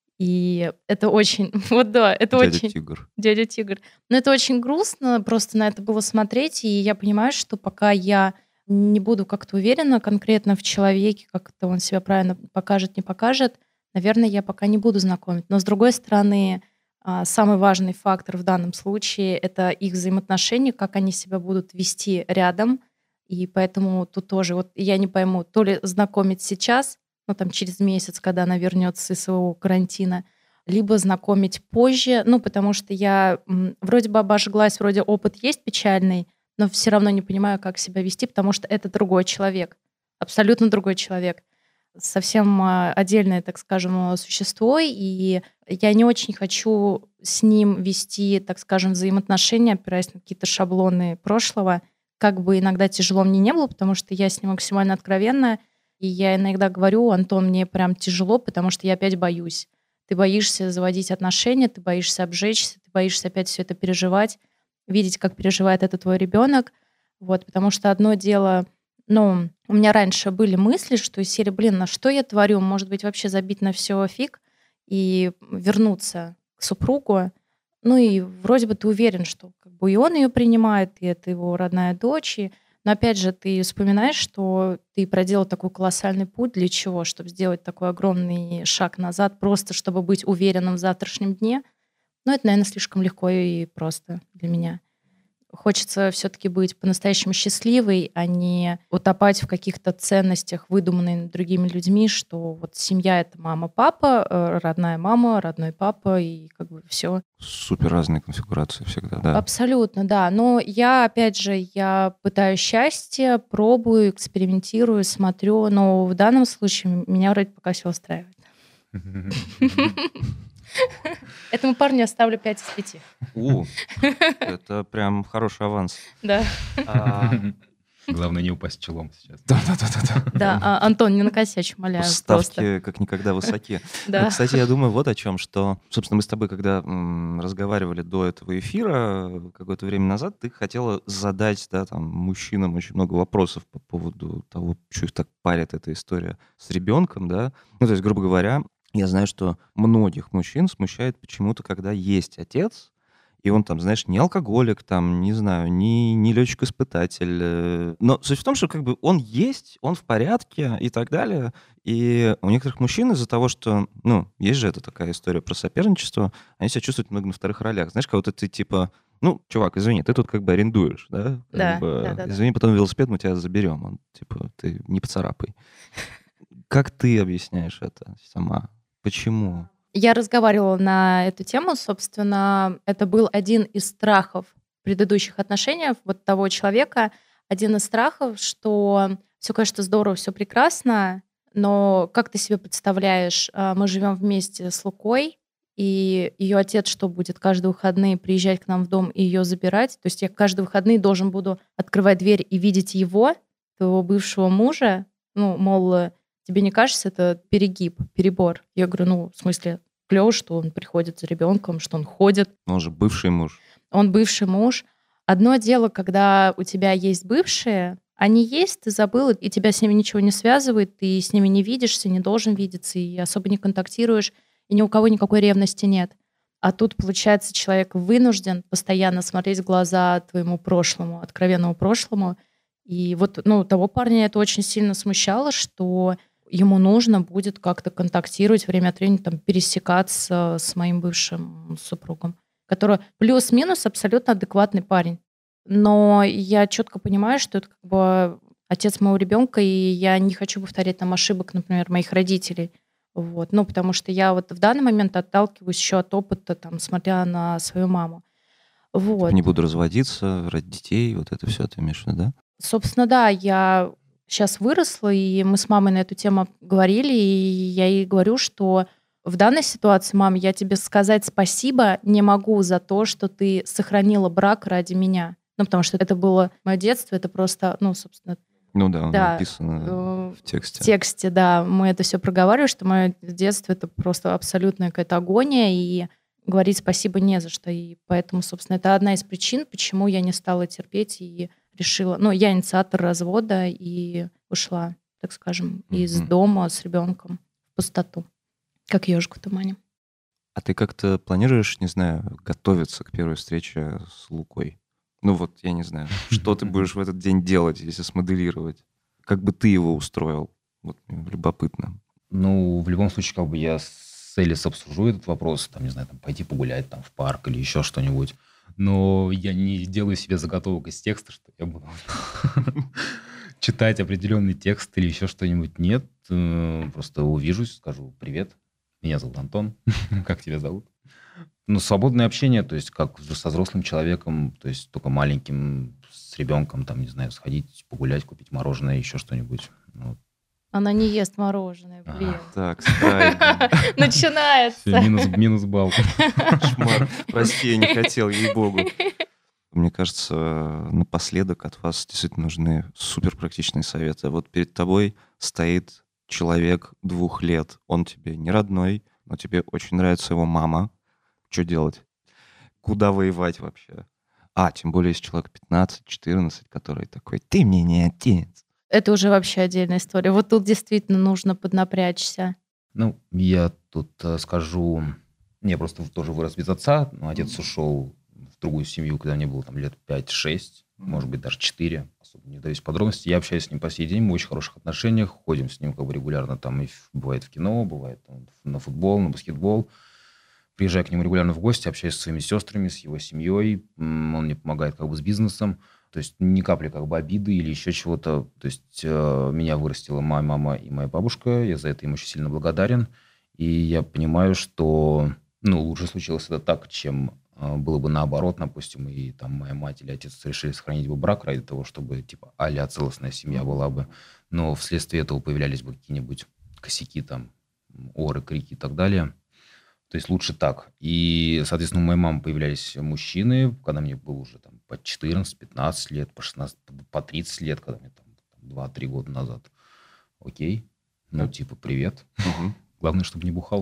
И это очень, вот да, это Дядя очень, Тигр. дядя Тигр. Но это очень грустно просто на это было смотреть, и я понимаю, что пока я не буду как-то уверена конкретно в человеке, как это он себя правильно покажет, не покажет, наверное, я пока не буду знакомить. Но с другой стороны, а, самый важный фактор в данном случае — это их взаимоотношения, как они себя будут вести рядом. И поэтому тут тоже вот я не пойму, то ли знакомить сейчас, ну там через месяц, когда она вернется из своего карантина, либо знакомить позже, ну потому что я м, вроде бы обожглась, вроде опыт есть печальный, но все равно не понимаю, как себя вести, потому что это другой человек, абсолютно другой человек, совсем а, отдельное, так скажем, существо, и я не очень хочу с ним вести, так скажем, взаимоотношения, опираясь на какие-то шаблоны прошлого, как бы иногда тяжело мне не было, потому что я с ним максимально откровенна, и я иногда говорю: Антон, мне прям тяжело, потому что я опять боюсь. Ты боишься заводить отношения, ты боишься обжечься, ты боишься опять все это переживать, видеть, как переживает это твой ребенок. Вот, потому что одно дело Ну, у меня раньше были мысли, что из серии, блин, на что я творю? Может быть, вообще забить на все фиг и вернуться к супругу. Ну и вроде бы ты уверен, что как бы и он ее принимает, и это его родная дочь. И... Но опять же, ты вспоминаешь, что ты проделал такой колоссальный путь. Для чего? Чтобы сделать такой огромный шаг назад, просто чтобы быть уверенным в завтрашнем дне. Ну, это, наверное, слишком легко и просто для меня. Хочется все-таки быть по-настоящему счастливой, а не утопать в каких-то ценностях, выдуманных другими людьми, что вот семья — это мама, папа, э, родная мама, родной папа, и как бы все. Супер разные конфигурации всегда, да. Абсолютно, да. Но я, опять же, я пытаюсь счастье, пробую, экспериментирую, смотрю, но в данном случае меня вроде пока все устраивает. Этому парню оставлю пять из пяти. У, это прям хороший аванс. Да. А, Главное не упасть челом сейчас. Да-да-да. Да, а, Антон, не накосячь, умоляю. Просто. Ставки как никогда высоки. Но, Да. кстати, я думаю вот о чем, что, собственно, мы с тобой, когда м, разговаривали до этого эфира, какое-то время назад, ты хотела задать, да, там, мужчинам очень много вопросов по поводу того, что их так парит эта история с ребенком, да. Ну, то есть, грубо говоря, я знаю, что многих мужчин смущает почему-то, когда есть отец, и он там, знаешь, не алкоголик, там, не знаю, не, не летчик-испытатель. э, Но суть в том, что как бы он есть, он в порядке и так далее. И у некоторых мужчин из-за того, что, ну, есть же эта такая история про соперничество, они себя чувствуют много на вторых ролях. Знаешь, как вот ты типа, ну, чувак, извини, ты тут как бы арендуешь, да? Как Да, бы, да, да, да. извини, потом велосипед мы тебя заберем. Он, типа, ты не поцарапай. Как ты объясняешь это сама? Почему? Я разговаривала на эту тему, собственно, это был один из страхов предыдущих отношений вот того человека, один из страхов, что все, конечно, здорово, все прекрасно, но как ты себе представляешь, а, мы живем вместе с Лукой, и ее отец что будет каждые выходные приезжать к нам в дом и ее забирать? То есть я каждые выходные должен буду открывать дверь и видеть его, твоего бывшего мужа, ну, мол, тебе не кажется это перегиб, перебор? Я говорю, ну, в смысле, клево, что он приходит за ребенком, что он ходит. Он же бывший муж. Он бывший муж. Одно дело, когда у тебя есть бывшие, они есть, ты забыл, и тебя с ними ничего не связывает, ты с ними не видишься, не должен видеться, и особо не контактируешь, и ни у кого никакой ревности нет. А тут, получается, человек вынужден постоянно смотреть в глаза твоему прошлому, откровенному прошлому. И вот, ну, того парня это очень сильно смущало, что ему нужно будет как-то контактировать, время от времени там пересекаться с моим бывшим супругом, который плюс-минус абсолютно адекватный парень. Но я четко понимаю, что это как бы отец моего ребенка, и я не хочу повторять там ошибок, например, моих родителей. Вот. Ну, потому что я вот в данный момент отталкиваюсь еще от опыта, там, смотря на свою маму. Вот. Не буду разводиться, родить детей, вот это все ты имеешь в виду, да? Собственно, да, я сейчас выросла, и мы с мамой на эту тему говорили, и я ей говорю, что в данной ситуации, мам, я тебе сказать спасибо не могу за то, что ты сохранила брак ради меня. Ну, потому что это было мое детство, это просто, ну, собственно, Ну да, да, написано э, в тексте. в тексте, да, мы это все проговаривали, что мое детство — это просто абсолютная какая-то агония, и говорить спасибо не за что. И поэтому, собственно, это одна из причин, почему я не стала терпеть и решила... Ну, я инициатор развода и ушла, так скажем, из Мгм. дома с ребенком в пустоту, как ежик в тумане. А ты как-то планируешь, не знаю, готовиться к первой встрече с Лукой? Ну вот, я не знаю, что ты будешь в этот день делать, если смоделировать? Как бы ты его устроил? Вот мне любопытно. Ну, в любом случае, как бы я с Элис обсужу этот вопрос, там, не знаю, там, пойти погулять там в парк или еще что-нибудь. Но я не делаю себе заготовок из текста, что я буду читать определенный текст или еще что-нибудь. Нет, э, просто увижусь, скажу привет, меня зовут Антон, как тебя зовут? Ну, свободное общение, то есть как со взрослым человеком, то есть только маленьким, с ребенком, там, не знаю, сходить, погулять, купить мороженое, еще что-нибудь. Ну, Она не ест мороженое, блин. Так, страйк. всё, Начинается. минус, минус балл. Кошмар. Прости, я не хотел, ей-богу. Мне кажется, напоследок от вас действительно нужны супер практичные советы. Вот перед тобой стоит человек двух лет. Он тебе не родной, но тебе очень нравится его мама. Что делать? Куда воевать вообще? А, тем более, если человек пятнадцать-четырнадцать, который такой, ты мне не отец. Это уже вообще отдельная история. Вот тут действительно нужно поднапрячься. Ну, я тут э, скажу, я просто тоже вырос без отца, но отец ушел в другую семью, когда мне было там лет пять-шесть, может быть, даже четыре, особо не даюсь подробности. Я общаюсь с ним по сей день, мы в очень хороших отношениях, ходим с ним как бы регулярно, там и в- бывает в кино, бывает там, на футбол, на баскетбол. Приезжаю к нему регулярно в гости, общаюсь со своими сестрами, с его семьей, м, он мне помогает как бы с бизнесом. То есть ни капли как бы обиды или еще чего-то. То есть э, меня вырастила моя мама и моя бабушка. Я за это им очень сильно благодарен. И я понимаю, что ну, лучше случилось это так, чем э, было бы наоборот, допустим, и там моя мать или отец решили сохранить бы брак ради того, чтобы типа а-ля целостная семья была бы. Но вследствие этого появлялись бы какие-нибудь косяки, там, оры, крики и так далее. То есть лучше так. И, соответственно, у моей мамы появлялись мужчины, когда мне было уже там по четырнадцать-пятнадцать лет, по шестнадцать, по тридцать лет, когда мне там два-три года назад. Окей. Ну, типа, привет. Мгм. Главное, чтобы не бухал.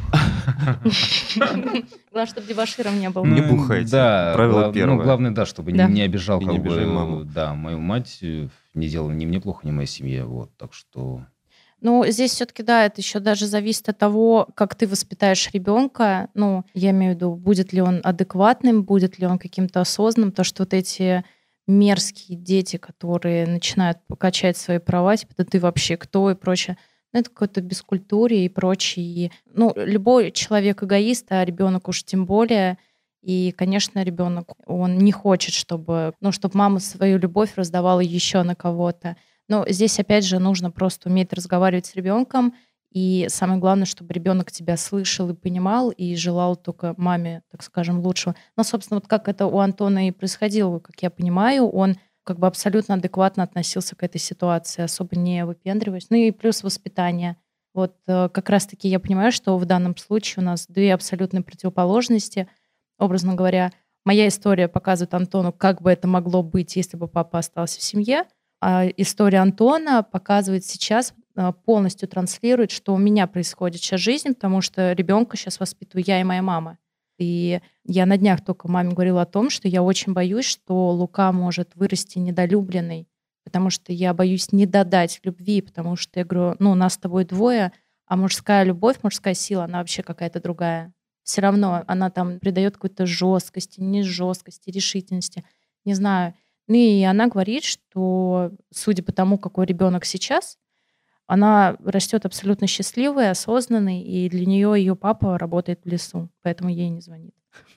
Главное, чтобы дебоширом не был. Не Ну, бухайте. Да. Правило глав- первое. Ну, главное, да, чтобы Да. не обижал И как не обижай бы, маму. да, мою мать. э, Не делал ни мне плохо, ни моей семье. Вот, так что... Ну, здесь все-таки, да, это еще даже зависит от того, как ты воспитаешь ребенка. Ну, я имею в виду, будет ли он адекватным, будет ли он каким-то осознанным. То, что вот эти мерзкие дети, которые начинают качать свои права, типа, да ты вообще кто и прочее. Ну, это какое-то бескультурье и прочее. И, ну, любой человек эгоист, а ребенок уж тем более. И, конечно, ребенок, он не хочет, чтобы, ну, чтобы мама свою любовь раздавала еще на кого-то. Но здесь, опять же, нужно просто уметь разговаривать с ребенком. И самое главное, чтобы ребенок тебя слышал и понимал, и желал только маме, так скажем, лучшего. Но, собственно, вот как это у Антона и происходило, как я понимаю, он как бы абсолютно адекватно относился к этой ситуации, особо не выпендриваясь. Ну и плюс воспитание. Вот э, как раз-таки я понимаю, что в данном случае у нас две абсолютно противоположности. Образно говоря, моя история показывает Антону, как бы это могло быть, если бы папа остался в семье. А история Антона показывает сейчас, а, полностью транслирует, что у меня происходит сейчас жизнь, потому что ребенка сейчас воспитываю я и моя мама. И я на днях только маме говорила о том, что я очень боюсь, что Лука может вырасти недолюбленный, потому что я боюсь не додать любви, потому что я говорю, ну, нас с тобой двое, а мужская любовь, мужская сила, она вообще какая-то другая. Все равно она там придает какой-то жесткости, не жесткости, решительности, не знаю. Ну и она говорит, что, судя по тому, какой ребенок сейчас, она растет абсолютно счастливой, осознанной, и для нее ее папа работает в лесу, поэтому ей не звонит.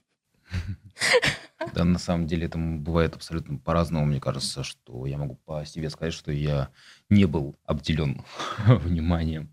Да, на самом деле это бывает абсолютно по-разному. Мне кажется, что я могу по себе сказать, что я не был обделен вниманием.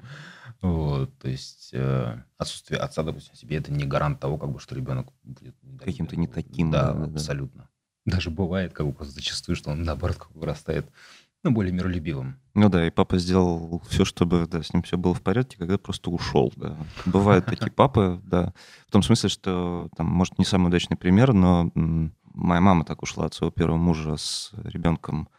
Вот, то есть э, отсутствие отца, допустим, в себе это не гарант того, как бы, что ребенок будет Каким-то не таким, Да, да, да, да. абсолютно. Даже бывает, как бы просто зачастую, что он наоборот как бы вырастает, ну, более миролюбивым. Ну да, и папа сделал все, чтобы да, с ним все было в порядке, когда просто ушел. Да. Бывают такие папы, да. В том смысле, что, там, может, не самый удачный пример, но м, моя мама так ушла от своего первого мужа с ребенком,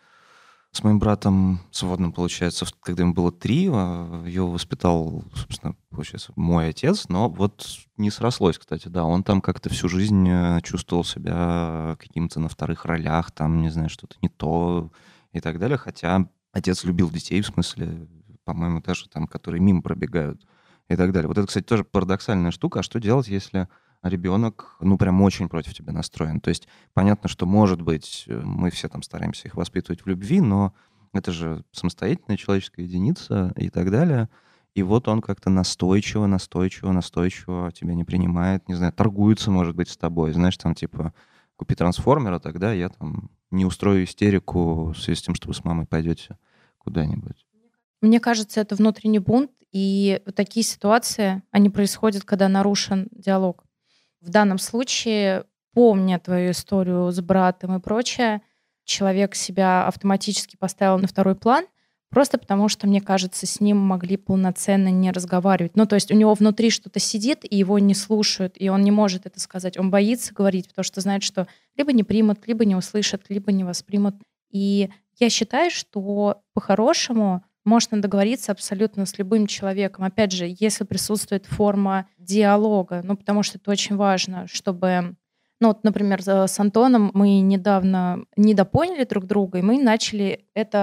с моим братом сводным, получается, в- когда ему было три, а, ее воспитал, собственно, получается, мой отец, но вот не срослось, кстати, да, он там как-то всю жизнь э, чувствовал себя каким-то на вторых ролях, там, не знаю, что-то не то и так далее, хотя отец любил детей, в смысле, по-моему, даже там, которые мимо пробегают и так далее. Вот это, кстати, тоже парадоксальная штука, а что делать, если ребенок, ну, прям очень против тебя настроен? То есть понятно, что, может быть, э, мы все там стараемся их воспитывать в любви, но это же самостоятельная человеческая единица и так далее. И вот он как-то настойчиво, настойчиво, настойчиво тебя не принимает, не знаю, торгуется, может быть, с тобой. Знаешь, там типа, купи трансформера, тогда я там не устрою истерику в связи с тем, что вы с мамой пойдете куда-нибудь. Мне кажется, это внутренний бунт, и вот такие ситуации, они происходят, когда нарушен диалог. В данном случае, помня твою историю с братом и прочее, человек себя автоматически поставил на второй план, просто потому что, мне кажется, с ним могли полноценно не разговаривать. Ну, то есть у него внутри что-то сидит, и его не слушают, и он не может это сказать. Он боится говорить, потому что знает, что либо не примут, либо не услышат, либо не воспримут. И я считаю, что по-хорошему можно договориться абсолютно с любым человеком. Опять же, если присутствует форма диалога, ну, потому что это очень важно, чтобы... Ну, вот, например, за- с Антоном мы недавно недопоняли друг друга, и мы начали это,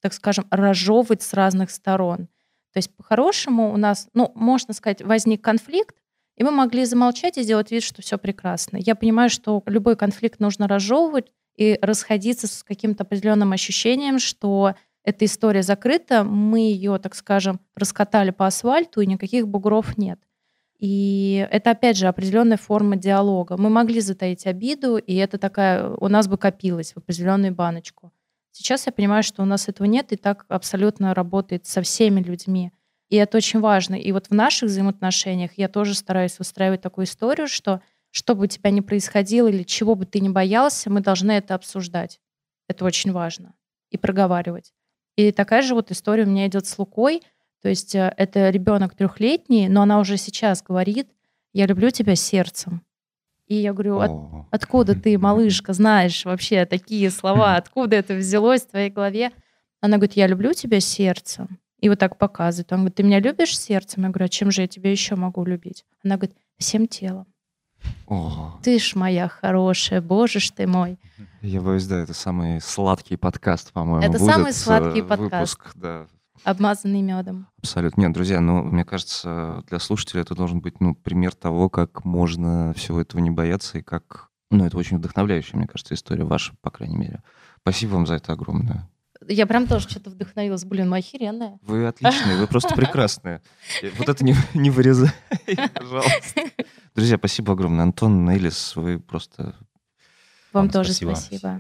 так скажем, разжевывать с разных сторон. То есть по-хорошему у нас, ну, можно сказать, возник конфликт, и мы могли замолчать и сделать вид, что все прекрасно. Я понимаю, что любой конфликт нужно разжевывать и расходиться с каким-то определенным ощущением, что эта история закрыта, мы ее, так скажем, раскатали по асфальту, и никаких бугров нет. И это, опять же, определенная форма диалога. Мы могли затаить обиду, и это такая у нас бы копилось в определенную баночку. Сейчас я понимаю, что у нас этого нет, и так абсолютно работает со всеми людьми. И это очень важно. И вот в наших взаимоотношениях я тоже стараюсь выстраивать такую историю, что что бы у тебя ни происходило или чего бы ты ни боялся, мы должны это обсуждать. Это очень важно. И проговаривать. И такая же вот история у меня идет с Лукой. То есть это ребенок трехлетний, но она уже сейчас говорит: «Я люблю тебя сердцем». И я говорю: От, откуда ты, малышка, знаешь вообще такие слова? Откуда это взялось в твоей голове? Она говорит: «Я люблю тебя сердцем». И вот так показывает. Он говорит: «Ты меня любишь сердцем?» Я говорю: «А чем же я тебя еще могу любить?» Она говорит: «Всем телом». О. Ты ж моя хорошая, боже ж ты мой. Я боюсь, да, это самый сладкий подкаст, по-моему, Это будет. самый сладкий выпуск, подкаст. Да. Обмазанный медом. Абсолютно. Нет, друзья, ну, мне кажется, для слушателя это должен быть, ну, пример того, как можно всего этого не бояться, и как... Ну, это очень вдохновляющая, мне кажется, история ваша, по крайней мере. Спасибо вам за это огромное. Я прям тоже что-то вдохновилась. Блин, мы охеренная. Вы отличные, вы просто прекрасные. Вот это не, не вырезай, пожалуйста. Друзья, спасибо огромное. Антон, Элис, вы просто... Вам, Вам тоже спасибо. спасибо.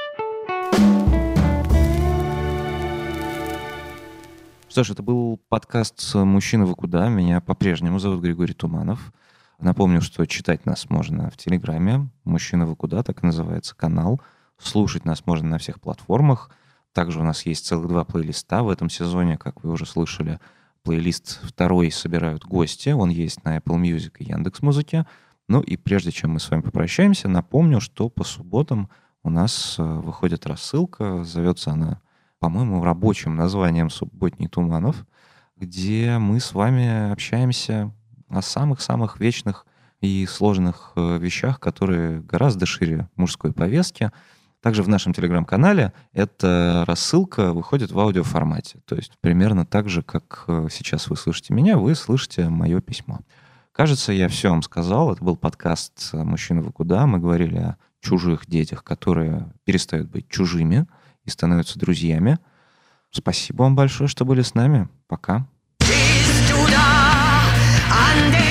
Что ж, это был подкаст «Мужчина, вы куда?». Меня по-прежнему зовут Григорий Туманов. Напомню, что читать нас можно в Телеграме. «Мужчина, вы куда?», так и называется канал. Слушать нас можно на всех платформах. Также у нас есть целых два плейлиста в этом сезоне, как вы уже слышали. Плейлист второй собирают гости, он есть на Apple Music и Яндекс.Музыке. Ну и прежде чем мы с вами попрощаемся, напомню, что по субботам у нас выходит рассылка, зовется она, по-моему, рабочим названием «Субботний Туманов», где мы с вами общаемся о самых-самых вечных и сложных вещах, которые гораздо шире мужской повестки. Также в нашем телеграм-канале эта рассылка выходит в аудиоформате. То есть примерно так же, как сейчас вы слышите меня, вы слышите мое письмо. Кажется, я все вам сказал. Это был подкаст «Мужчина, вы куда?». Мы говорили о чужих детях, которые перестают быть чужими и становятся друзьями. Спасибо вам большое, что были с нами. Пока.